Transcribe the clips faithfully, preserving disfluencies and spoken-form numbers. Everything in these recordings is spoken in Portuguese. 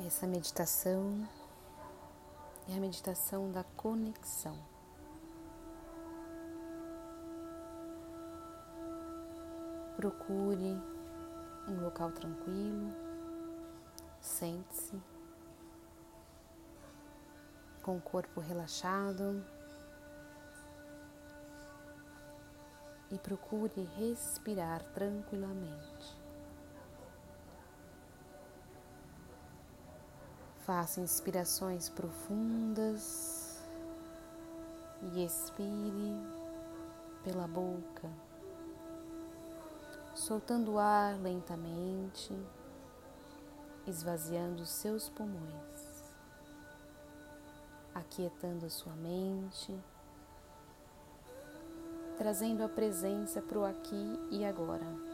Essa meditação é a meditação da conexão. Procure um local tranquilo, sente-se com o corpo relaxado e procure respirar tranquilamente. Faça inspirações profundas e expire pela boca, soltando o ar lentamente, esvaziando os seus pulmões, aquietando a sua mente, trazendo a presença para o aqui e agora.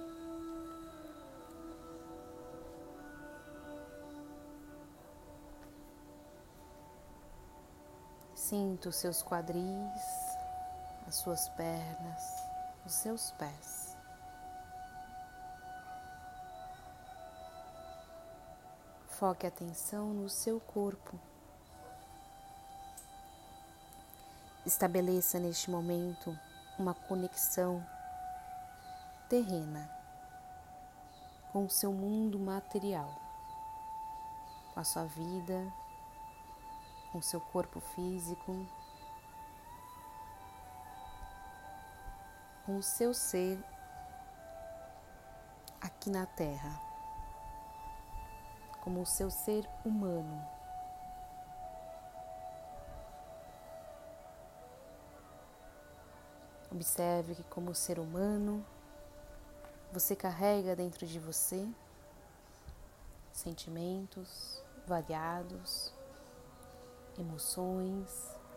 Sinta os seus quadris, as suas pernas, os seus pés. Foque a atenção no seu corpo. Estabeleça neste momento uma conexão terrena com o seu mundo material, com a sua vida, com o seu corpo físico, com o seu ser aqui na Terra, como o seu ser humano. Observe que, como ser humano, você carrega dentro de você sentimentos variados, emoções,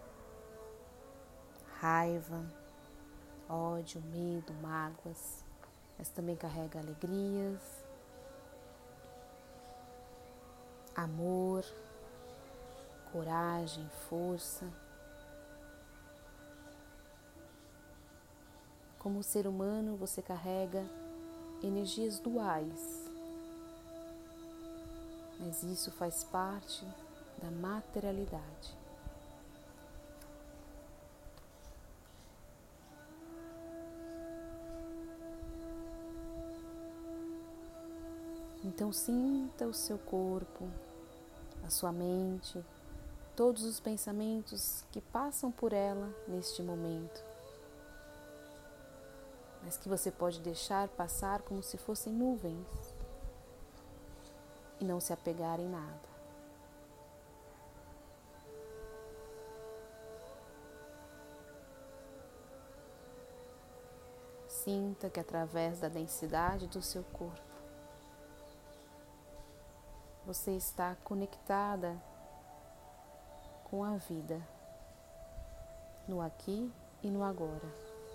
raiva, ódio, medo, mágoas, mas também carrega alegrias, amor, coragem, força. Como ser humano, você carrega energias duais, mas isso faz parte da materialidade. Então sinta o seu corpo, a sua mente, todos os pensamentos que passam por ela neste momento, mas que você pode deixar passar como se fossem nuvens e não se apegar em nada. Sinta que através da densidade do seu corpo, você está conectada com a vida, no aqui e no agora.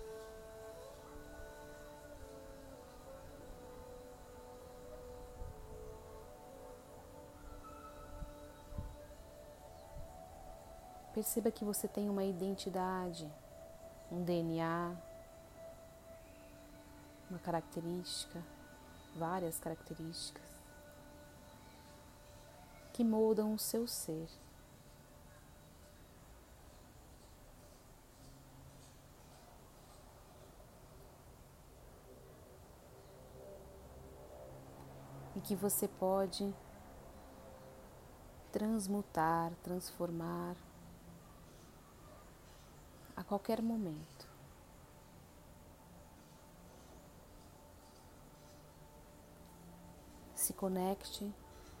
Perceba que você tem uma identidade, um D N A, uma característica, várias características que moldam o seu ser. E que você pode transmutar, transformar a qualquer momento. Se conecte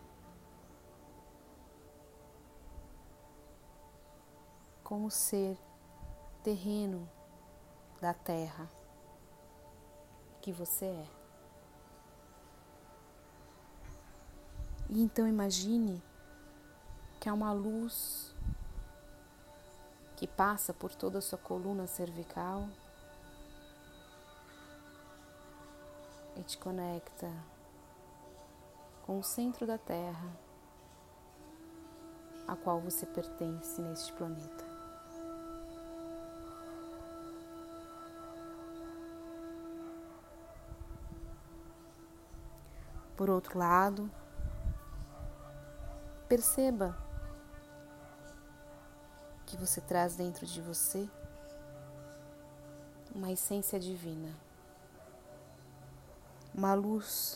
com o ser terreno da Terra que você é. E então imagine que há uma luz que passa por toda a sua coluna cervical e te conecta com o centro da Terra, a qual você pertence neste planeta. Por outro lado, Perceba que você traz dentro de você uma essência divina, uma luz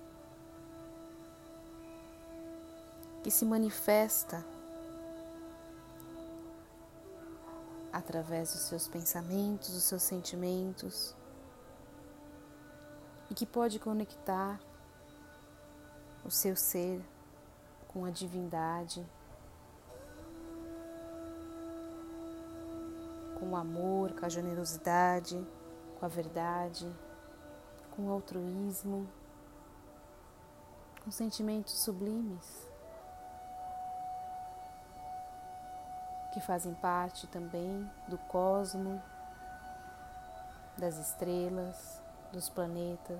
que se manifesta através dos seus pensamentos, dos seus sentimentos, e que pode conectar o seu ser com a divindade, com o amor, com a generosidade, com a verdade, com o altruísmo, com sentimentos sublimes que fazem parte também do cosmo, das estrelas, dos planetas.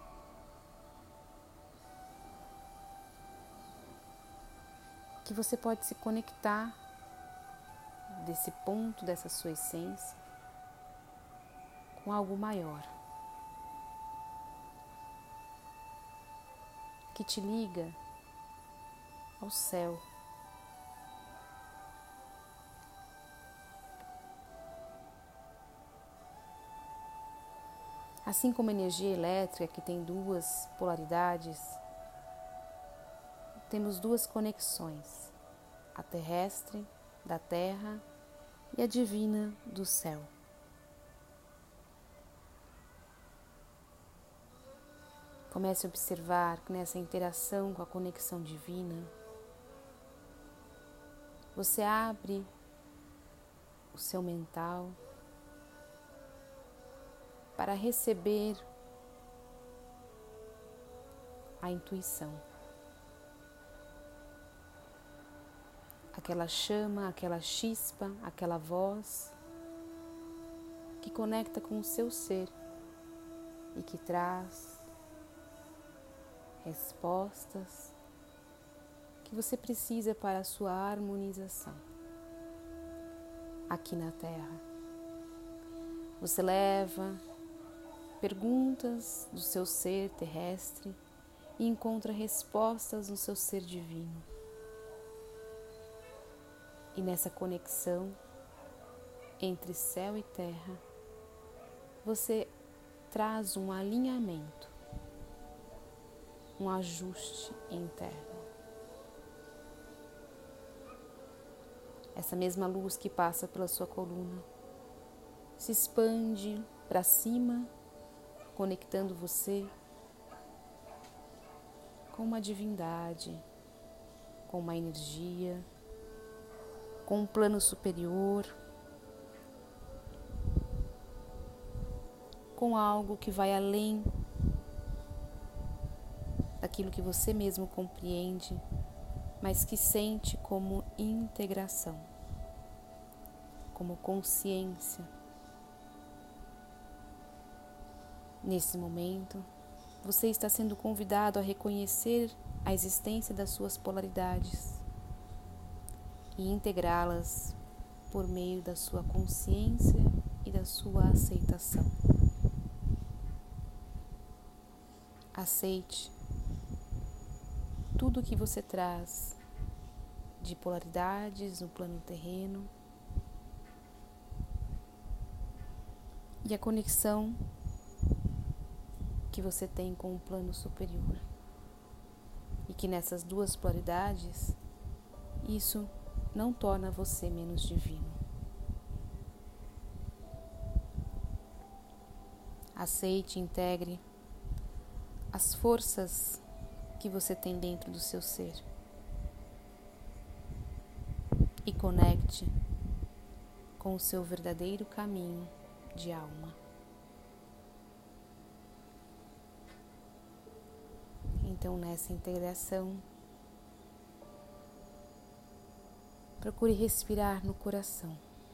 Que você pode se conectar desse ponto, dessa sua essência, com algo maior, que te liga ao céu. Assim como a energia elétrica, que tem duas polaridades, temos duas conexões, a terrestre, da terra, e a divina, do céu. Comece a observar que nessa interação com a conexão divina, você abre o seu mental para receber a intuição. Aquela chama, aquela chispa, aquela voz que conecta com o seu ser e que traz respostas que você precisa para a sua harmonização aqui na Terra. Você leva perguntas do seu ser terrestre e encontra respostas no seu ser divino. E nessa conexão entre céu e terra, você traz um alinhamento, um ajuste interno. Essa mesma luz que passa pela sua coluna se expande para cima, conectando você com uma divindade, com uma energia, com um plano superior, com algo que vai além daquilo que você mesmo compreende, mas que sente como integração, como consciência. Nesse momento, você está sendo convidado a reconhecer a existência das suas polaridades e integrá-las por meio da sua consciência e da sua aceitação. Aceite tudo o que você traz de polaridades no plano terreno e a conexão que você tem com o plano superior. E que nessas duas polaridades, isso não torna você menos divino. Aceite e integre as forças que você tem dentro do seu ser e conecte com o seu verdadeiro caminho de alma. Então, nessa integração, procure respirar no coração.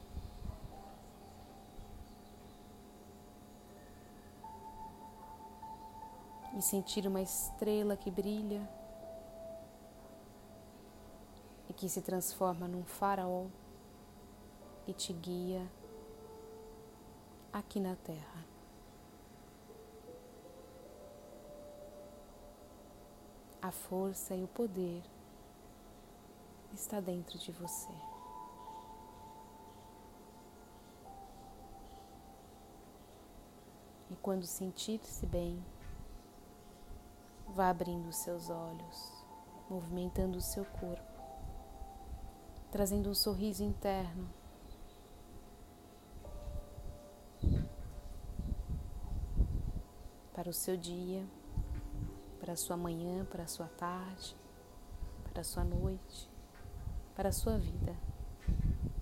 E sentir uma estrela que brilha e que se transforma num farol e te guia aqui na Terra. A força e o poder está dentro de você. E quando sentir-se bem, vá abrindo os seus olhos, movimentando o seu corpo, trazendo um sorriso interno. Para o seu dia, para a sua manhã, para a sua tarde, para a sua noite, para a sua vida.